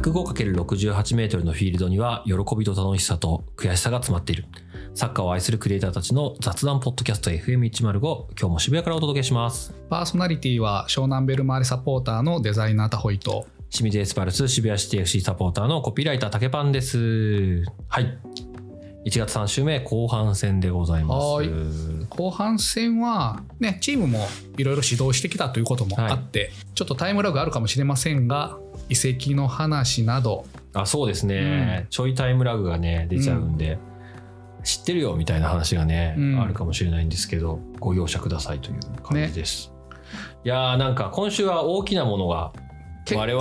105×68 メートルのフィールドには喜びと楽しさと悔しさが詰まっている。サッカーを愛するクリエイターたちの雑談ポッドキャスト FM105、今日も渋谷からお届けします。 パーソナリティは湘南ベルマーレサポーターのデザイナータホイと清水エスパルス渋谷シティ FC サポーターのコピーライター竹パンです。はい。1月3週目後半戦でございます。 後半戦はね、チームもいろいろ指導してきたということもあって、ちょっとタイムラグあるかもしれませんが、移籍の話など、 そうですね、ちょいタイムラグがね出ちゃうんで、知ってるよみたいな話がね、あるかもしれないんですけど、ご容赦くださいという感じです。いやー、なんか今週は大きなものが我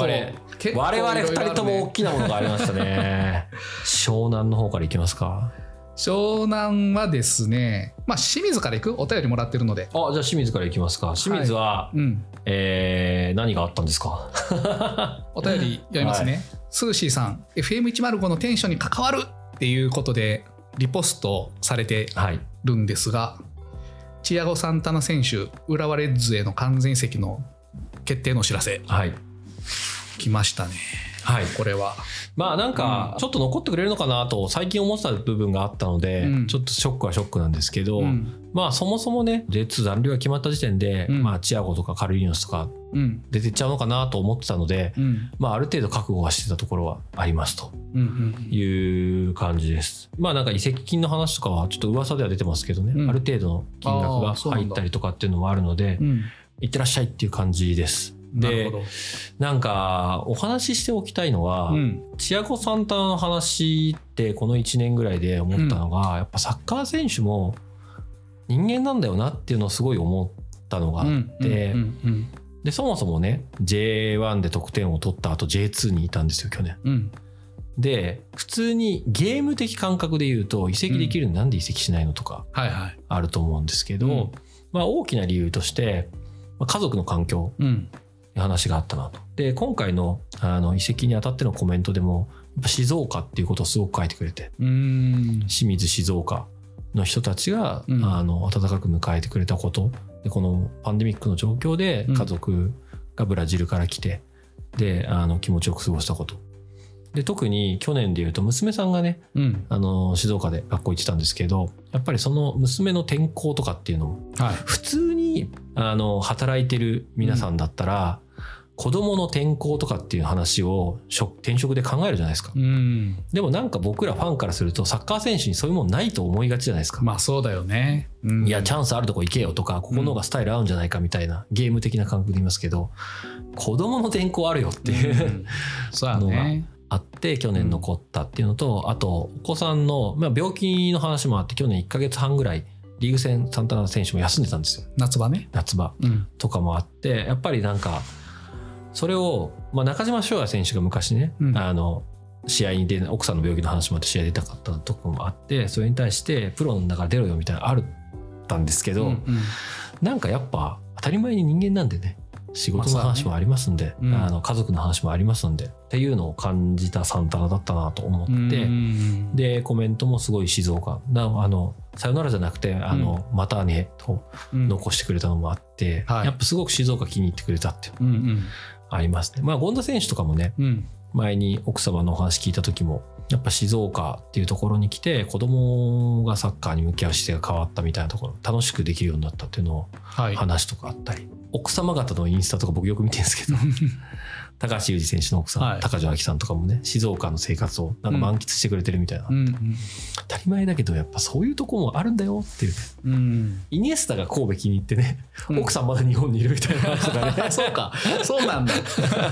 々2人とも大きなものがありましたね。湘南の方からいきますか。 湘南はですね、清水からいく？お便りもらってるので。 じゃあ清水からいきますか。清水は、何があったんですか。 お便り読みますね。スーシーさん、FM105 のテンションに関わるっていうことでリポストされてるんですが、チアゴ・サンタナ選手、浦和レッズへの完全移籍の決定のお知らせ、来ましたね。これはなんかちょっと残ってくれるのかなと最近思ってた部分があったので、ちょっとショックはショックなんですけど、そもそもね J2 残留が決まった時点で、チアゴとかカルリーノスとか出てっちゃうのかなと思ってたので、ある程度覚悟はしてたところはありますという感じです。なんか移籍金の話とかはちょっと噂では出てますけどね、ある程度の金額が入ったりとかっていうのもあるので、いってらっしゃいっていう感じです。で、なんかお話ししておきたいのは、チアゴ・サンタナの話ってこの1年ぐらいで思ったのが、やっぱサッカー選手も人間なんだよなっていうのをすごい思ったのがあって、でそもそもね J1 で得点を取った後 J2 にいたんですよ去年、で普通にゲーム的感覚で言うと移籍できるのになんで移籍しないのとかあると思うんですけど、大きな理由として家族の環境、話があったなと。で今回の移籍にあたってのコメントでもやっぱ静岡っていうことをすごく書いてくれて、清水静岡の人たちが、温かく迎えてくれたことで、このパンデミックの状況で家族がブラジルから来て、で気持ちよく過ごしたことで、特に去年でいうと娘さんがね、静岡で学校行ってたんですけど、やっぱりその娘の転校とかっていうのも、普通に働いてる皆さんだったら、子供の転校とかっていう話を転職で考えるじゃないですか。でもなんか僕らファンからするとサッカー選手にそういうもんないと思いがちじゃないですか。 そうだよね。 いやチャンスあるとこ行けよとか、ここの方がスタイル合うんじゃないかみたいな、ゲーム的な感覚で言いますけど、子供の転校あるよっていうのがあって去年残ったっていうのと、あとお子さんの、病気の話もあって去年1ヶ月半ぐらいリーグ戦サンタナ選手も休んでたんですよ。夏場とかもあって、やっぱりなんかそれを、中島翔也選手が昔ね、試合に出奥さんの病気の話もあって試合出たかったところもあって、それに対してプロの中出ろよみたいなのあったんですけど、なんかやっぱ当たり前に人間なんでね、仕事の話もありますんで、家族の話もありますんでっていうのを感じたサンタナだったなと思って、でコメントもすごい静岡さよならじゃなくてまたねと残してくれたのもあって、やっぱすごく静岡気に入ってくれたっていうのありますね。権田選手とかもね、前に奥様のお話聞いた時もやっぱ静岡っていうところに来て子供がサッカーに向き合う姿勢が変わったみたいなところ、楽しくできるようになったっていうのを話とかあったり、奥様方のインスタとか僕よく見てるんですけど高橋祐二選手の奥さん、高城亜希さんとかもね、静岡の生活をなんか満喫してくれてるみたいな、当たり前だけどやっぱそういうとこもあるんだよっていうね、イニエスタが神戸気に入ってね、奥さんまだ日本にいるみたいな話とかねそうか、そうなんだ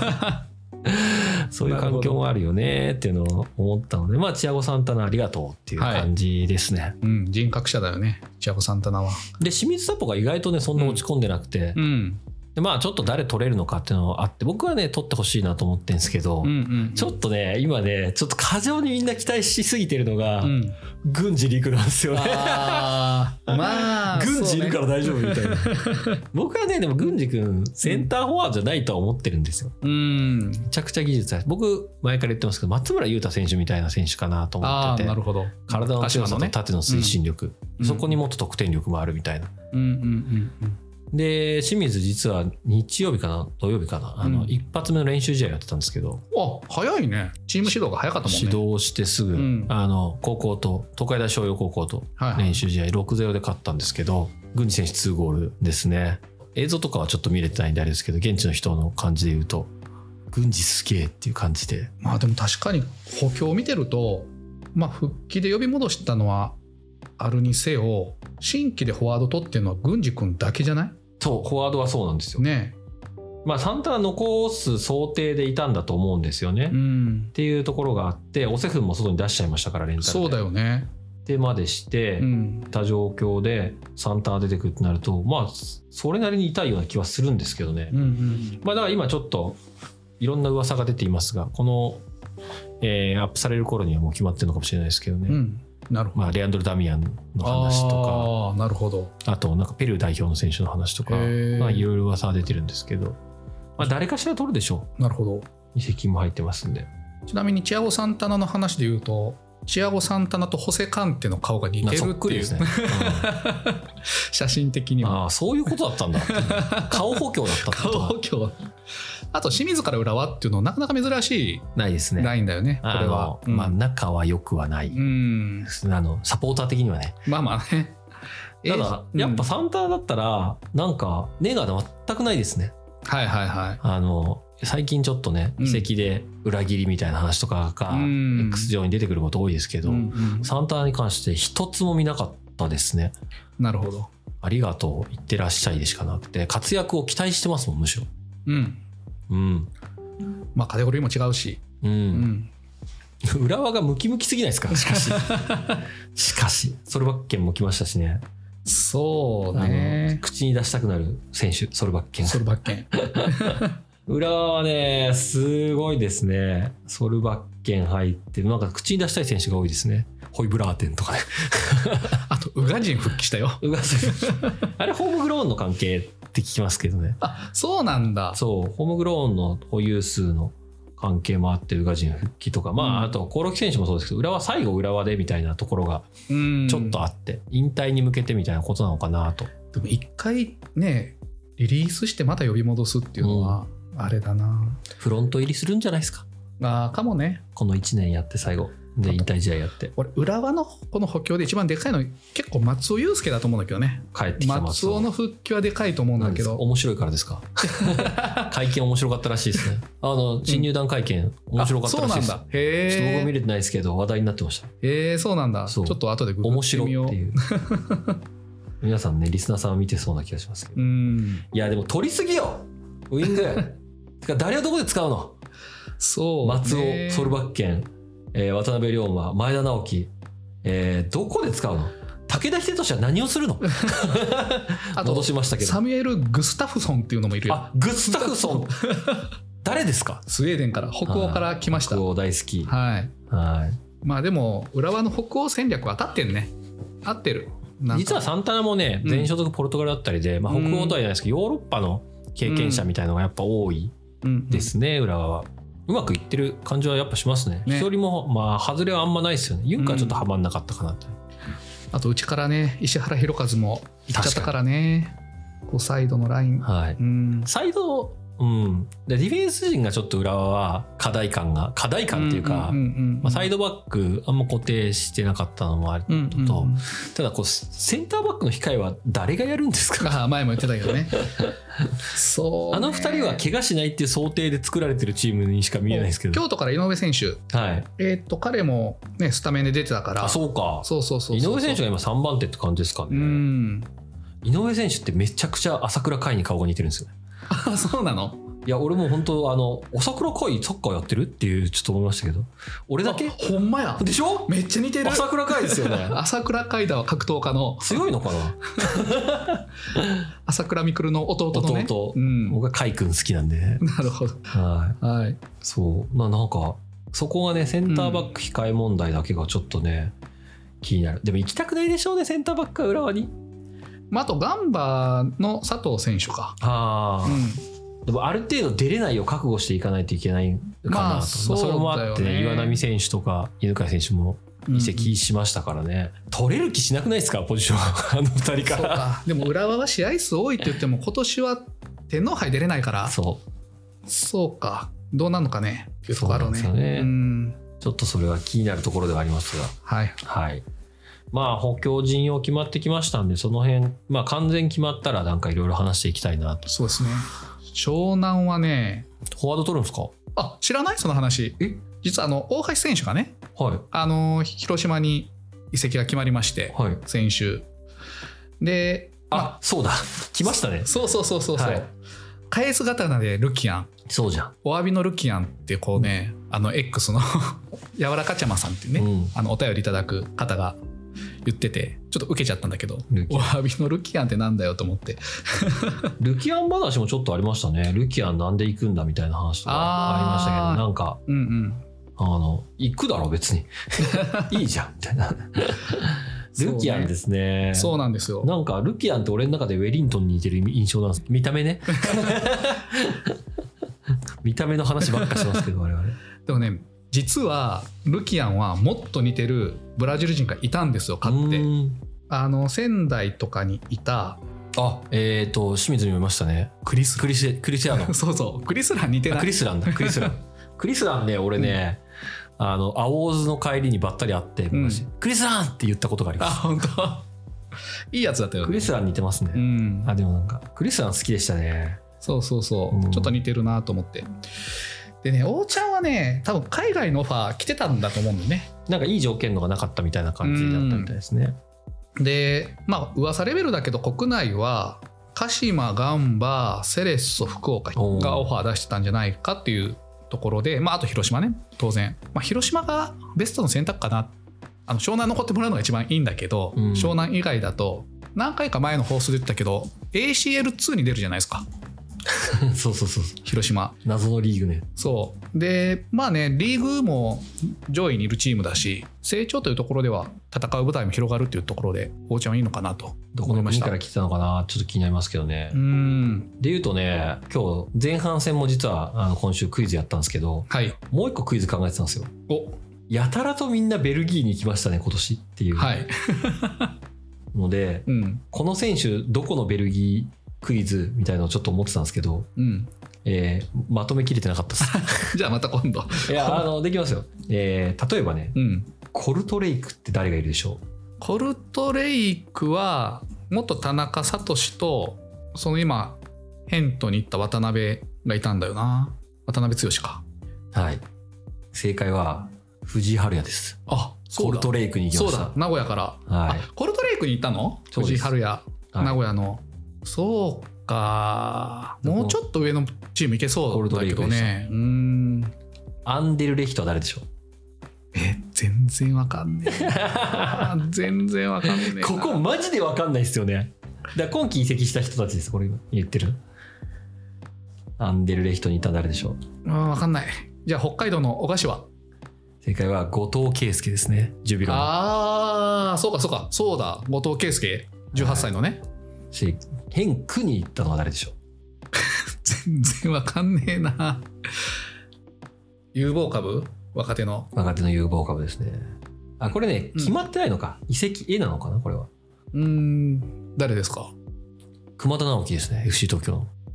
そういう環境もあるよねっていうのを思ったので、チアゴ・サンタナありがとうっていう感じですね。 人格者だよね、チアゴ・サンタナは。 で清水サポが意外とねそんな落ち込んでなくて、でちょっと誰取れるのかっていうのがあって、僕はね取ってほしいなと思ってるんですけど、ちょっとね今ねちょっと過剰にみんな期待しすぎてるのが、郡司陸なんですよね。郡司いるから大丈夫みたいな僕はねでも郡司君センターフォワードじゃないとは思ってるんですよ。めちゃくちゃ技術ある。僕前から言ってますけど松村雄太選手みたいな選手かなと思ってて、 なるほど、 体の強さと縦の推進力、そこにもっと得点力もあるみたいな。 で清水実は日曜日かな土曜日かな、一発目の練習試合やってたんですけど、 早いね。チーム指導が早かったもんね。 指導してすぐ、高校と東海大商業高校と練習試合 6-0 で勝ったんですけど、郡司選手2ゴールですね。映像とかはちょっと見れてないんであれですけど、現地の人の感じで言うと郡司すげえっていう感じで、 でも確かに補強を見てると、復帰で呼び戻したのはあるにせよ、新規でフォワード取ってるのは郡司君だけじゃない？ そう、フォワードはそうなんですよね。サンタナ残す想定でいたんだと思うんですよね、っていうところがあって、オセフンも外に出しちゃいましたから、レンタルで。そうだよね。でまでしてた状況でサンタナ出てくるってなると、それなりに痛いような気はするんですけどね。だから今ちょっといろんな噂が出ていますが、この、アップされる頃にはもう決まってるのかもしれないですけどね。なるほど。レアンドロ・ダミアンの話とか、 なるほど。 あとなんかペルー代表の選手の話とか、いろいろ噂が出てるんですけど、誰かしら取るでしょう。 なるほど。 移籍も入ってますんで。 ちなみにチアゴ・サンタナの話で言うと、チアゴ・サンタナとホセ・カンテの顔が似てるっていう。そっくりですね。写真的には。 そういうことだったんだ。顔補強だったってこと。 顔補強。あと清水から浦和っていうのはなかなか珍しいラインだよね。これは仲は良くはない、サポーター的にはね。 ね。 ただやっぱサンタだったらなんか根が全くないですね。最近ちょっとね、移籍で裏切りみたいな話とかが X 上に出てくること多いですけど、サンタに関して一つも見なかったですね。 なるほど。 ありがとう、いってらっしゃいでしかなくて、活躍を期待してますもん、むしろ。 カテゴリーも違うし、 浦和がムキムキすぎないですか。しかしソルバッケンも来ましたしね。 そうね。 口に出したくなる選手、ソルバッケン。浦和はねすごいですね。ソルバッケン入ってなんか口に出したい選手が多いですね。ホイブラーテンとかね。 あとウガジン復帰したよ。 あれホームグローンの関係って聞きますけどね。 そうなんだ。 そう、ホームグローンの保有数の関係もあってウガジン復帰とか、あと興梠選手もそうですけど、浦和最後浦和でみたいなところがちょっとあって、引退に向けてみたいなことなのかなと。 でも一回ねリリースしてまた呼び戻すっていうのはあれだな。 フロント入りするんじゃないですか。 かもね。 この1年やって最後で引退試合やって。 俺浦和のこの補強で一番でかいの結構松尾祐介だと思うんだけどね。 帰ってきた松尾の復帰はでかいと思うんだけど。 面白いからですか。会見面白かったらしいですね。新入団会見面白かったらしいです。そうなんだ。へえ。ちょっと僕見れてないですけど話題になってました。 そうなんだ。ちょっと後でググってみよう。面白いっていう。 皆さんねリスナーさんは見てそうな気がしますけど。いやでも取りすぎよウイング。誰をどこで使うの。そう、ね、松尾、ソルバッケン、渡辺龍馬、前田直樹、どこで使うの。武田秀俊は何をするの。戻しましたけど。 サミュエル・グスタフソンっていうのもいるよ。 グスタフソン。誰ですか。 スウェーデンから北欧から来ました。 北欧大好き。 でも浦和の北欧戦略は当たってんね。合ってる。 実はサンタナもね前所属ポルトガルだったりで、北欧とは言わないですけどヨーロッパの経験者みたいなのがやっぱ多いですね。浦和はうまくいってる感じはやっぱしますね。一人も外れはあんまないですよね。ユンカはちょっとはまんなかったかなって。 あとうちからね石原宏和も行っちゃったからね。サイドのライン、 サイド、でディフェンス陣がちょっと浦和は課題感っていうか、サイドバックあんま固定してなかったのもあるのと、ただセンターバックの控えは誰がやるんですか。 前も言ってたけどね。 そうね。2人は怪我しないっていう想定で作られてるチームにしか見えないですけど、 京都から井上選手、彼もねスタメンで出てたから。 そうか。 そう井上選手が今3番手って感じですかね。井上選手ってめちゃくちゃ朝倉海に顔が似てるんですよね。 そうなの。 いや俺も本当朝倉海サッカーやってるっていうちょっと思いましたけど、俺だけほんまやでしょ。 めっちゃ似てる。 朝倉海ですよね。 朝倉海だわ。格闘家の強いのかな。 朝倉未来の弟のね。 僕は海君好きなんで。 なるほど。 そうなんかそこがねセンターバック控え問題だけがちょっとね気になる。でも行きたくないでしょうねセンターバックは浦和に。 あとガンバの佐藤選手か。 でもある程度出れないを覚悟していかないといけないかなと。それもあって岩波選手とか犬飼選手も移籍しましたからね、取れる気しなくないですかポジションあの2人から。 そうか。でも浦和は試合数多いって言っても今年は天皇杯出れないから、そうか、どうなるのかねっていうところあるね。 そうなんですよね。ちょっとそれは気になるところではありますが、はい、まあ補強陣容決まってきましたんで、その辺、まあ完全決まったらなんかいろいろ話していきたいなと。 そうですね。湘南はね、 フォワード取るんですか？ あ、知らないその話。実は大橋選手がね、広島に移籍が決まりまして、先週で、 そうだ、来ましたね。 そう、返す刀でルキアン、 そうじゃん、 お詫びのルキアンってこうね、X の柔らかちゃまさんっていうね、お便りいただく方が言ってて、ちょっと受けちゃったんだけど、お詫びのルキアンってなんだよと思ってルキアン話もちょっとありましたね。ルキアンなんで行くんだみたいな話とかありましたけど、なんか、行くだろ別にいいじゃんみたいなルキアンですね。 そうなんですよ。 なんかルキアンって俺の中でウェリントンに似てる印象なんです。見た目ね見た目の話ばっかしますけど我々。 でもね、実はルキアンはもっと似てるブラジル人がいたんですよ、かって。仙台とかにいた、 清水にもいましたね、クリスティアーノそうクリスラン似てない。 クリスランね、俺ね、アウォーズの帰りにばったり会って、クリスランって言ったことがあります。 本当いいやつだったよね。 クリスラン似てますね。でもなんかクリスラン好きでしたね。 そう、ちょっと似てるなと思って。でね、王ちゃんはね、多分海外のオファー来てたんだと思うんだよね。 なんかいい条件のがなかったみたいな感じだったみたいですね。 で、まあ噂レベルだけど国内は鹿島、ガンバ、セレッソ、福岡がオファー出してたんじゃないかっていうところで、あと広島ね、当然、広島がベストの選択かな。湘南残ってもらうのが一番いいんだけど、湘南以外だと何回か前の放送で言ったけど ACL2 に出るじゃないですかそう広島、 謎のリーグね。 そうで、リーグも上位にいるチームだし、成長というところでは戦う舞台も広がるというところで王ちゃんはいいのかなと思いました。 どこの国から来てたのかな、ちょっと気になりますけどね。でいうとね、今日前半戦も実は今週クイズやったんですけど、もう一個クイズ考えてたんですよ。やたらとみんなベルギーに行きましたね今年っていう、ので、この選手どこのベルギークイズみたいなのをちょっと思ってたんですけど、まとめきれてなかったですじゃあまた今度いやできますよ。例えばね、コルトレイクって誰がいるでしょう？ コルトレイクは元田中聡とその今ヘントに行った渡辺がいたんだよな。渡辺剛か。 正解は藤井春也です。コルトレイクに行きました。 そうだ、名古屋から、コルトレイクに行ったの？藤井春也、名古屋の。そうか、もうちょっと上のチーム行けそうだけどね。 アンデルレヒトは誰でしょう？ 全然わかんねえ全然わかんねえ。 ここマジでわかんないですよね。だから今季移籍した人たちです。これ言ってるアンデルレヒトにいた誰でしょう？ わかんない。じゃあ北海道の小柏。 正解は後藤圭介ですね。ジュビロの。 そうだ、後藤圭介18歳のね。 変区に行ったのは誰でしょう？ 全然わかんねえな。有望株？若手の有望株ですね。これね、決まってないのか。移籍なのかなこれは。 誰ですか？ 熊田直樹ですね。FC 東京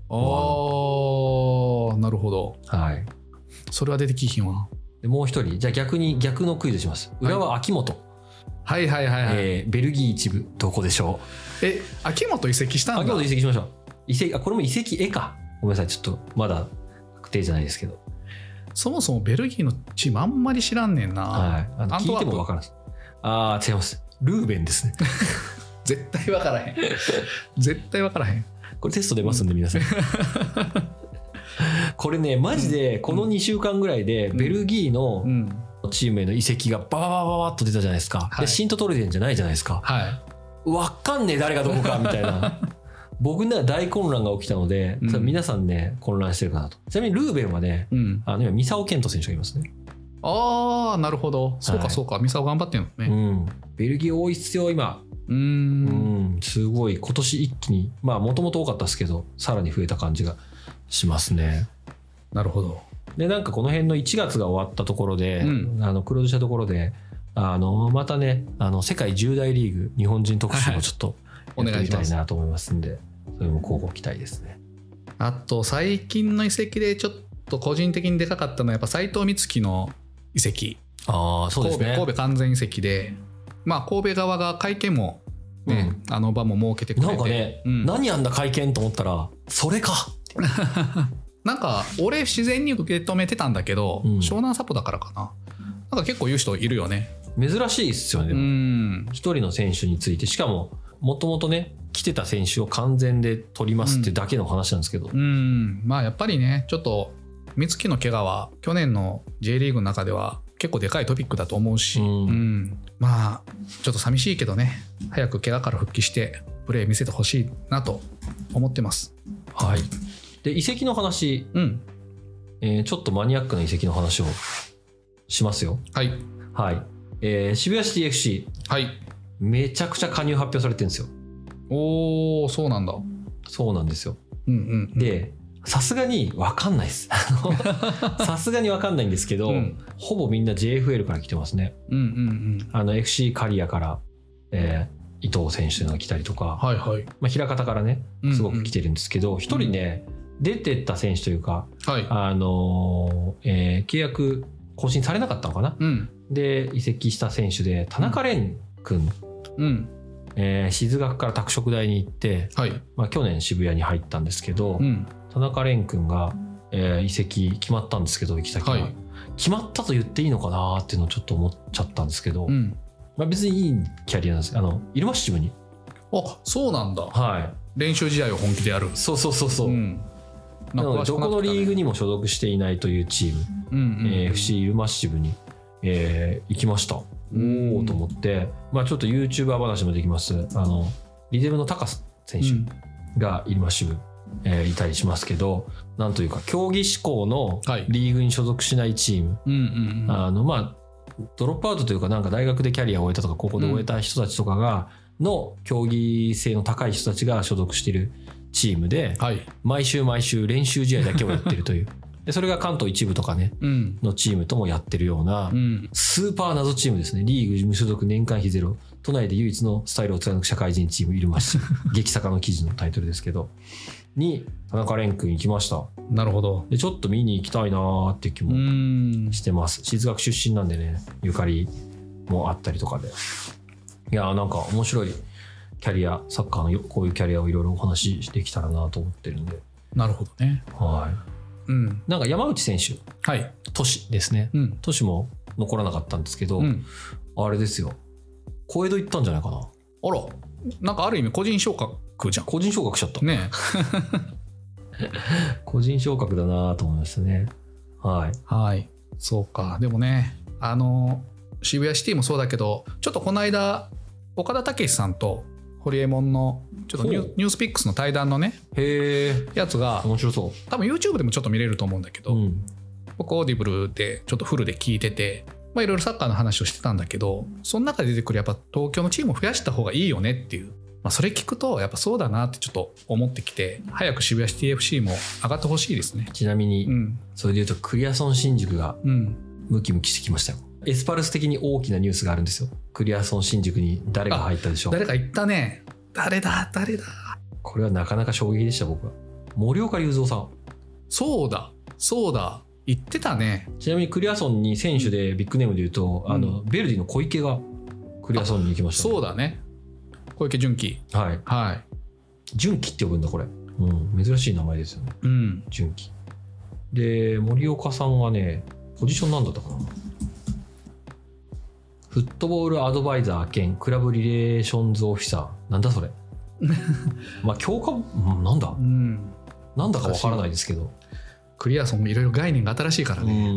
の。なるほど。それは出てきひんわ。 でもう一人、じゃあ逆のクイズします。浦和秋元。ベルギー一部どこでしょう？秋元移籍したんだ。 秋元移籍しましょう。これも移籍か。ごめんなさい、ちょっとまだ確定じゃないですけど。 そもそもベルギーのチームあんまり知らんねんな。 聞いても分からん。違います。ルーベンですね。 絶対分からへん。 これテスト出ますんで皆さん。これねマジでこの2週間ぐらいでベルギーのチームへの移籍がバババババッと出たじゃないですか。でシントトルデンじゃないじゃないですか。分かんねえ誰がどこかみたいな。僕には大混乱が起きたので、皆さんね混乱してるかなと。ちなみにルーベンはね、今三沢健人選手がいますね。 なるほど。そうか三沢頑張ってんのね。 ベルギー多いっすよ今。すごい今年一気にもともと多かったですけどさらに増えた感じがしますね。 なるほど。 でなんかこの辺の1月が終わったところで、クローズしたところでまたね世界10大リーグ日本人特集もちょっとやってみたいなと思いますんで、それも交互期待ですね。 あと最近の移籍でちょっと個人的にでかかったのはやっぱ斉藤光樹の移籍。 そうですね。 神戸完全移籍で、神戸側が会見もね、場も設けてくれて、 なんかね、何あんだ会見と思ったらそれかなんか俺自然に受け止めてたんだけど、湘南サポだからかな、なんか結構言う人いるよね。 珍しいですよね。一人の選手について、しかももともとね来てた選手を完全で取りますってだけの話なんですけど、 やっぱりねちょっと光樹の怪我は去年の J リーグの中では結構でかいトピックだと思うし、ちょっと寂しいけどね、早く怪我から復帰してプレー見せてほしいなと思ってます。 はい。で移籍の話、ちょっとマニアックな移籍の話をしますよ。 はいはい。渋谷シティ FC、めちゃくちゃ加入発表されてるんですよ。 おー、そうなんだ。 そうなんですよ。でさすがに分かんないですさすがに分かんないんですけど、ほぼみんな JFL から来てますね。FC カリアから、伊藤選手が来たりとか、枚方からねすごく来てるんですけど、一人ね出てった選手というか、契約更新されなかったのかな、で移籍した選手で田中蓮君、静学から拓殖大に行って、去年渋谷に入ったんですけど、田中蓮君が、移籍決まったんですけど、行き先が、決まったと言っていいのかなっていうのをちょっと思っちゃったんですけど、別にいいキャリアなんです。入間支部に。 そうなんだ。練習試合を本気でやる。 そう。なのでどこのリーグにも所属していないというチーム、FC 入間支部に、行きました。おおと思って、ちょっと YouTuber 話もできます。リゼルの高須選手が入間支部、いたりしますけど、なんというか競技志向のリーグに所属しないチーム、ドロップアウトというか、なんか大学でキャリアを終えたとか高校で終えた人たちとかがの競技性の高い人たちが所属しているチームで、毎週練習試合だけをやってるというでそれが関東一部とかね、のチームともやってるような、スーパー謎チームですね。リーグ無所属年間費ゼロ、都内で唯一のスタイルを貫く社会人チーム入間市激坂の記事のタイトルですけどに田中蓮君行きました。 なるほど。 でちょっと見に行きたいなーっていう気もしてます。静学出身なんでね、ゆかりもあったりとかで、いやなんか面白いキャリア、サッカーのこういうキャリアをいろいろお話しできたらなと思ってるんで。 なるほどね。 なんか山内選手、都市ですね、都市も残らなかったんですけど、あれですよ、小江戸行ったんじゃないかな。 なんかある意味個人昇格じゃん。 個人昇格しちゃったね個人昇格だなと思いましたね。 そうか。でもね、渋谷シティもそうだけど、ちょっとこの間岡田武史さんとホリエモンのちょっとニュースピックスの対談のねやつが面白そう。 多分 YouTube でもちょっと見れると思うんだけど、僕オーディブルでちょっとフルで聞いてて、いろいろサッカーの話をしてたんだけど、その中で出てくるやっぱ東京のチームを増やした方がいいよねっていう、それ聞くとやっぱそうだなってちょっと思ってきて、早く渋谷シティ FC も上がってほしいですね。 ちなみに、それでいうとクリアソン新宿がムキムキしてきましたよ。エスパルス的に大きなニュースがあるんですよ。クリアソン新宿に誰が入ったでしょう。 誰か言ったね。誰だこれはなかなか衝撃でした。僕は森岡隆三さん。そうだ言ってたね。 ちなみにクリアソンに選手でビッグネームで言うと、ベルディの小池がクリアソンに行きました、 そうだね。小池純喜。 純喜って呼ぶんだこれ、珍しい名前ですよね。純喜で、森岡さんがね、ポジションなんだったかな。フットボールアドバイザー兼クラブリレーションズオフィサー。なんだそれ強化なんだ、なんだかわからないですけど、 クリアソンもいろいろ概念が新しいからね。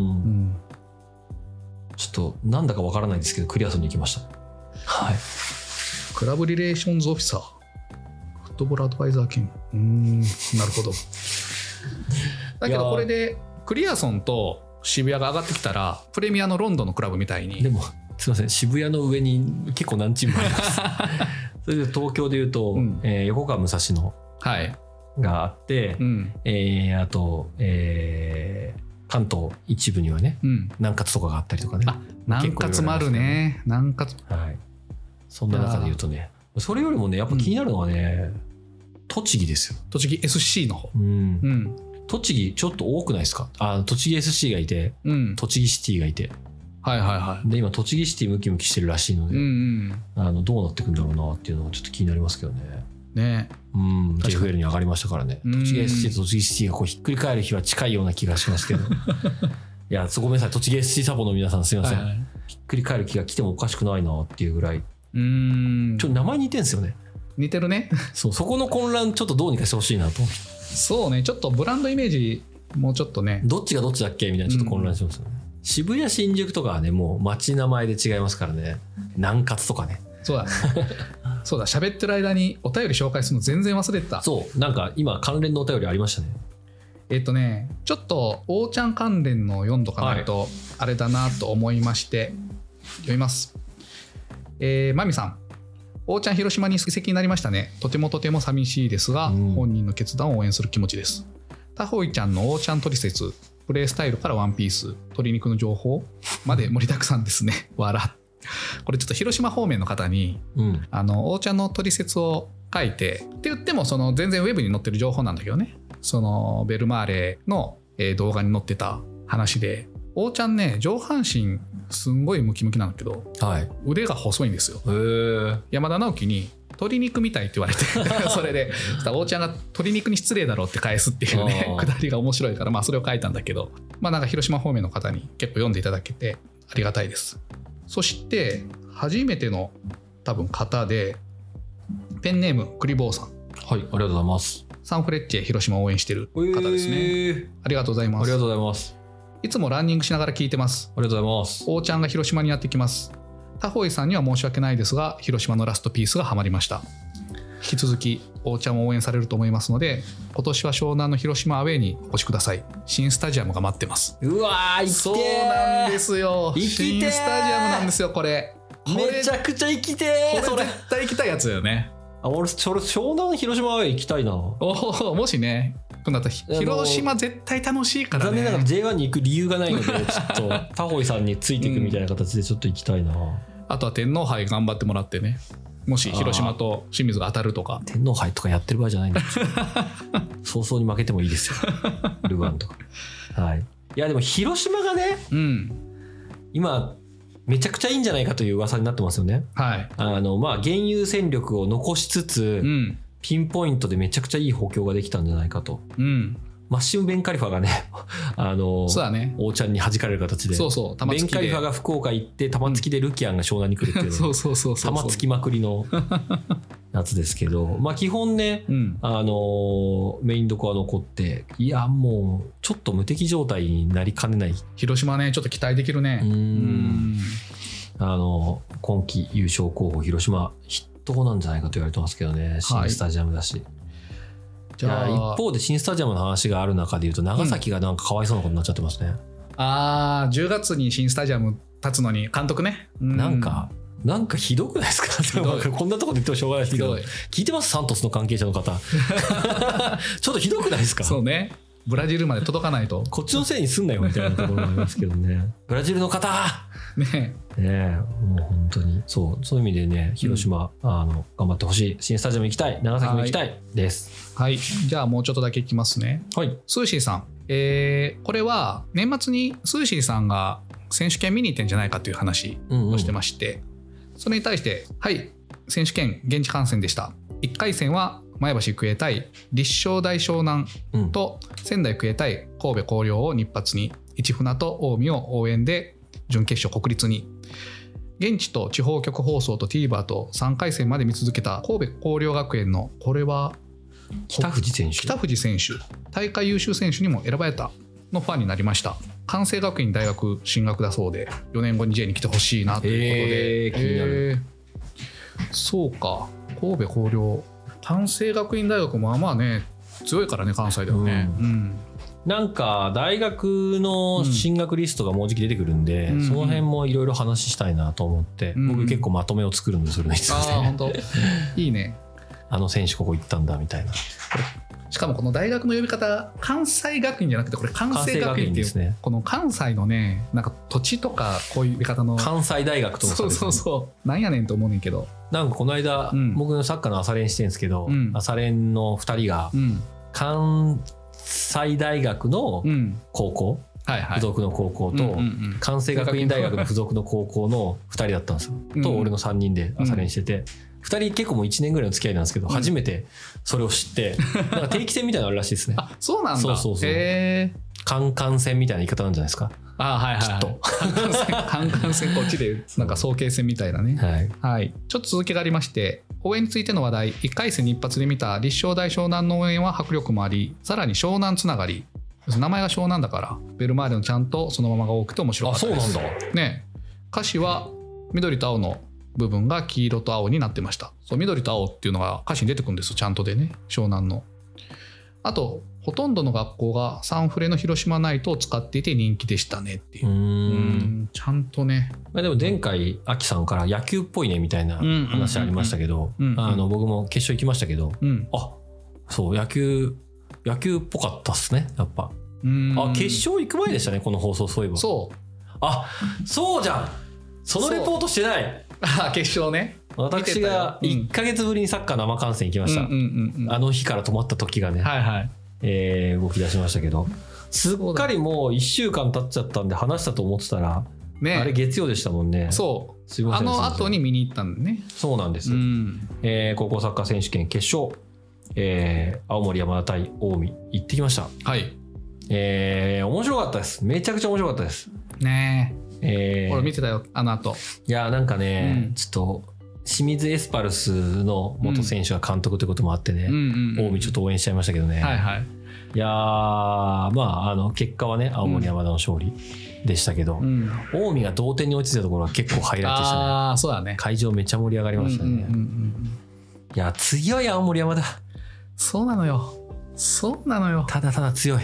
ちょっとなんだかわからないですけどクリアソンに行きました。 クラブリレーションズオフィサー、フットボールアドバイザー兼、なるほどだけどこれでクリアソンと渋谷が上がってきたらプレミアのロンドンのクラブみたいに。 でもすいません、渋谷の上に結構何チームありますそれで東京でいうと、横川武蔵野があって、あと、 関東一部にはね、南葛とかがあったりとかね。 南葛もあるね。南葛、 はい、そんな中で言うとね、それよりもねやっぱ気になるのはね、栃木ですよ。 栃木 SC の方、 栃木ちょっと多くないですか。栃木 SC がいて、栃木シティがいて、で今栃木シティムキムキしてるらしいので、どうなっていくんだろうなっていうのはちょっと気になりますけどね。JFL に上がりましたからね。栃木 SC と栃木シティがこうひっくり返る日は近いような気がしますけどいやごめんなさい、栃木 SC サポの皆さんすいません、ひっくり返る気が来てもおかしくないなっていうぐらい、ちょっと名前似てんですよね。 似てるね。 そこの混乱ちょっとどうにかしてほしいなと。 そうね、ちょっとブランドイメージもうちょっとね、 どっちがどっちだっけみたいなちょっと混乱しますよね。渋谷新宿とかはねもう街名前で違いますからね。南葛とかね。そうだ喋ってる間にお便り紹介するの全然忘れてた。そうなんか今関連のお便りありましたね。ちょっとおーちゃん関連の読んどかないとあれだなと思いまして読みます。まみさん、おーちゃん広島に移籍になりましたね。とても寂しいですが、本人の決断を応援する気持ちです。タホイちゃんのおーちゃんトリセツ、プレイスタイルからワンピース、鶏肉の情報まで盛りだくさんですね。笑っこれちょっと広島方面の方に、おーちゃんのトリセツを書いてって言っても全然ウェブに載ってる情報なんだけどね、ベルマーレの動画に載ってた話で、おーちゃんね上半身すんごいムキムキなんだけど、腕が細いんですよ。山田直樹に鶏肉みたいって言われてそれでおーちゃんが鶏肉に失礼だろうって返すっていうねくだりが面白いから、それを書いたんだけど、なんか広島方面の方に結構読んでいただけてありがたいです。そして初めての多分方で、ペンネームクリボーさん。ありがとうございます。サンフレッチェ広島を応援してる方ですね。ありがとうございます。ありがとうございます。いつもランニングしながら聞いてます。ありがとうございます。おーちゃんが広島にやってきます。タホイさんには申し訳ないですが、広島のラストピースがハマりました。引き続きおーちゃんを応援されると思いますので、今年は湘南の広島アウェーにお越しください。新スタジアムが待ってます。うわー、行きてー。そうなんですよ。新スタジアムなんですよ。これめちゃくちゃ行きてー。これ絶対行きたいやつだよね。俺湘南広島アウェー行きたいな。もしねくなったら広島絶対楽しいからね。残念ながら J1 に行く理由がないのでちょっとタホイさんについていくみたいな形でちょっと行きたいな。あとは天皇杯頑張ってもらってね、もし広島と清水が当たるとか。天皇杯とかやってる場合じゃないんですよ早々に負けてもいいですよルヴァンとか。いやでも広島がね、今めちゃくちゃいいんじゃないかという噂になってますよね。現有戦力を残しつつ、ピンポイントでめちゃくちゃいい補強ができたんじゃないかと。マッシム・ベンカリファがねそうだね、おーちゃんに弾かれる形で、ベンカリファが福岡行って玉突きでルキアンが湘南に来るっていう玉突きまくりのやつですけど、基本ね、メインどこは残って、いやもうちょっと無敵状態になりかねない。広島ねちょっと期待できるね。今季優勝候補広島筆頭なんじゃないかと言われてますけどね。新スタジアムだし、じゃあ一方で新スタジアムの話がある中でいうと、長崎がなんかかわいそうなことになっちゃってますね。10月に新スタジアム立つのに監督ね、なんかひどくないですかこんなところで言ってもしょうがないですけど、聞いてます？サントスの関係者の方ちょっとひどくないですか？そうね、ブラジルまで届かないとこっちのせいにすんなよみたいなところもありますけどねブラジルの方ねもう本当にそういう意味でね、広島、頑張ってほしい。新スタジアム行きたい、長崎も行きたいです。じゃあもうちょっとだけいきますね。スーシーさん、これは年末にスーシーさんが選手権見に行ってんじゃないかという話をしてまして、それに対して選手権現地観戦でした。1回戦は前橋育英対立正大湘南と、仙台育英対神戸弘陵を日発に、市船と近江を応援で準決勝国立に。現地と地方局放送と TVer と3回戦まで見続けた神戸弘陵学園の、これは北藤選手、大会優秀選手にも選ばれたのファンになりました。関西学院大学進学だそうで、4年後に J に来てほしいなということで、気になる。そうか、神戸弘陵、関西学院大学もまあね強いからね、関西ではね。なんか大学の進学リストがもうじき出てくるんで、その辺もいろいろ話したいなと思って、僕結構まとめを作るんですよね。本当いいね。 あの選手ここ行ったんだみたいな。 しかもこの大学の呼び方関西学院じゃなくてこれ関西学院っていうですね、この関西のねなんか土地とかこういう呼び方の関西大学との差ですね。 そうなんやねんと思うねんけど、 なんかこの間、僕のサッカーの朝練してるんですけど、朝練の2人が関西大学の高校、付属の高校と関西学院大学の付属の高校の2人だったんですよ、と俺の3人で朝練してて、2人結構もう1年ぐらいの付き合いなんですけど、初めてそれを知ってなんか定期戦みたいなのあるらしいですね。 あ、そうなんだ。そうカンカン戦みたいな言い方なんじゃないですか。きっとカンカン戦こっちでなんか早慶戦みたいなね。はい、ちょっと続きがありまして、応援についての話題。1回戦に一発で見た立正大湘南の応援は迫力もあり、さらに湘南つながり、名前が湘南だからベルマーレのちゃんとそのままが多くて面白かったです。 あ、そうなんだね。歌詞は緑と青の部分が黄色と青になってました。そう、緑と青っていうのが歌詞に出てくるんですよ、ちゃんとでね、湘南の。あとほとんどの学校がサンフレの広島ナイトを使っていて人気でしたねっていう。ちゃんとね。 でも前回アキさんから野球っぽいねみたいな話ありましたけど、僕も決勝行きましたけど、あ、そう、野球っぽかったっすね、やっぱ。あ、決勝行く前でしたね、この放送。そういえば。そう、あ、そうじゃん、そのレポートしてない。 決勝ね。 私が1ヶ月ぶりにサッカー生観戦行きました。あの日から止まった時がね、動き出しましたけど、すっかりもう1週間経っちゃったんで話したと思ってたら、ね、あれ月曜でしたもんね。 そう、 すいません、 あの後に見に行ったんだね。 そうなんです、高校サッカー選手権決勝、青森山田対近江行ってきました。はい、面白かったです。めちゃくちゃ面白かったですね。俺見てたよ、あの後。 いや、なんかね、ちょっと清水エスパルスの元選手が監督ということもあってね、近江ちょっと応援しちゃいましたけどね。いやー、まあ結果はね、青森山田の勝利でしたけど、近江が同点に落ちたところは結構ハイライトでしたね。 ああ、そうだね。 会場めっちゃ盛り上がりましたね。いや、強い青森山田。 そうなのよ。そうなのよ。 ただただ強い。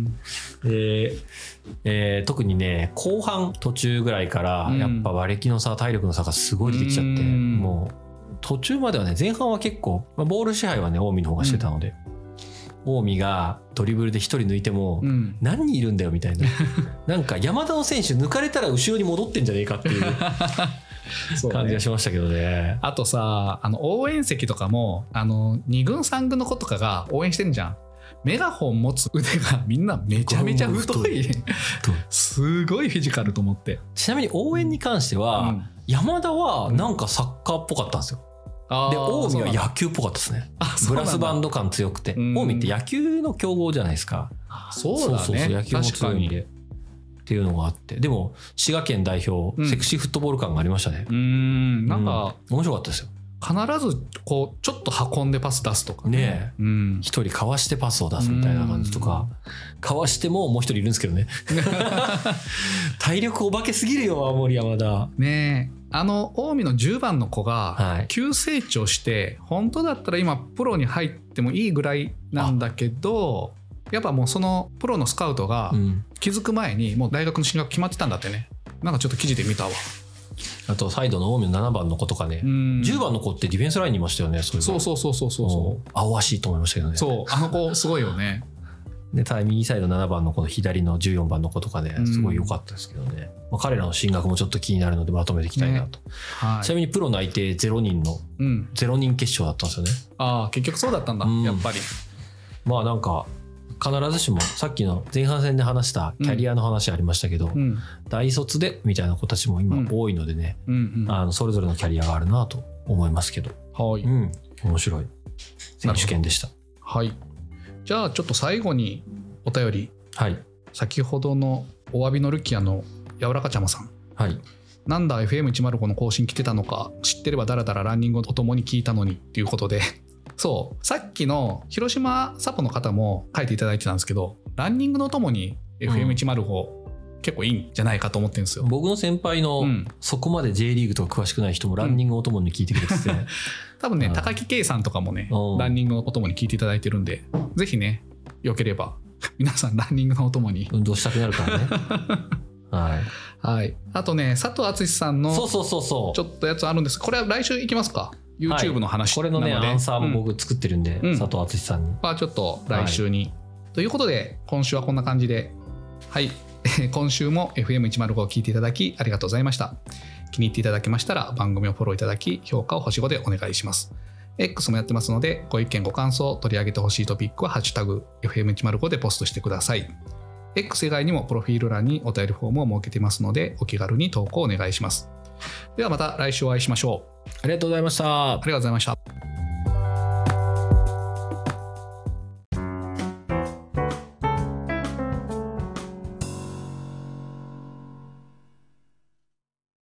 特にね、後半途中ぐらいからやっぱ馬力の差、体力の差がすごい出てきちゃって、もう途中まではね、前半は結構、ボール支配はね近江の方がしてたので、近江がドリブルで1人抜いても何人いるんだよみたいな、なんか山田の選手抜かれたら後ろに戻ってんじゃねえかっていう感じがしましたけどね。 あとさ、応援席とかも2軍3軍の子とかが応援してんじゃん。メガホン持つ腕がみんなめちゃめちゃ太いすごいフィジカルと思って。 ちなみに応援に関しては、山田はなんかサッカーっぽかったんですよ。で近江は野球っぽかったですね。ブラスバンド感強くて、近江って野球の強豪じゃないですか。 そうだね、 野球も強いんでっていうのがあって、でも滋賀県代表、セクシーフットボール感がありましたね。なんか面白かったですよ。 必ずこうちょっと運んでパス出すとかね、一人かわしてパスを出すみたいな感じとか、かわしてももう一人いるんですけどね体力お化けすぎるよ青森山田ね。近江の10番の子が急成長して、本当だったら今プロに入ってもいいぐらいなんだけど、やっぱもうそのプロのスカウトが気づく前にもう大学の進学決まってたんだってね。なんかちょっと記事で見たわ。 あとサイドの近江の7番の子とかね、10番の子ってディフェンスラインにいましたよね。そう青々しいと思いましたけどね。 そう、あの子すごいよね。 で、ただ右サイド7番の子の左の14番の子とかね、すごい良かったですけどね。彼らの進学もちょっと気になるのでまとめていきたいなと。ちなみにプロ内定0人の0人決勝だったんですよね。 ああ、結局そうだったんだ、やっぱり。 まあなんか必ずしもさっきの前半戦で話したキャリアの話ありましたけど、大卒でみたいな子たちも今多いのでね、それぞれのキャリアがあるなと思いますけど、面白い選手権でした。 はい、じゃあちょっと最後にお便り、先ほどのお詫びのルキアの柔らかちゃまさん、なんだ FM105 の更新来てたのか、知ってればだらだらランニングとともに聞いたのにっていうことでそう、さっきの広島サポの方も書いていただいてたんですけど、ランニングのともに FM105、結構いいんじゃないかと思ってるんですよ。 僕の先輩の、そこまで J リーグとか詳しくない人もランニングをともに聞いてくれてて、 多分ね、高木圭さんとかもね、ランニングをともに聞いていただいてるんで、ぜひね、よければ皆さんランニングのおともに運動したくなるからねはい、あとね、佐藤敦さんのちょっとやつあるんです。これは来週いきますか。 YouTube の話これのねアンサーも僕作ってるんで、佐藤敦さんにちょっと来週に、ということで今週はこんな感じで、はい今週も FM105 を聞いていただきありがとうございました。気に入っていただけましたら番組をフォローいただき、評価を星5でお願いします。X もやってますので、ご意見ご感想、取り上げてほしいトピックはハッシュタグ FM105 でポストしてください。X 以外にもプロフィール欄にお便りフォームを設けていますので、お気軽に投稿をお願いします。ではまた来週お会いしましょう。 ありがとうございました。 ありがとうございました。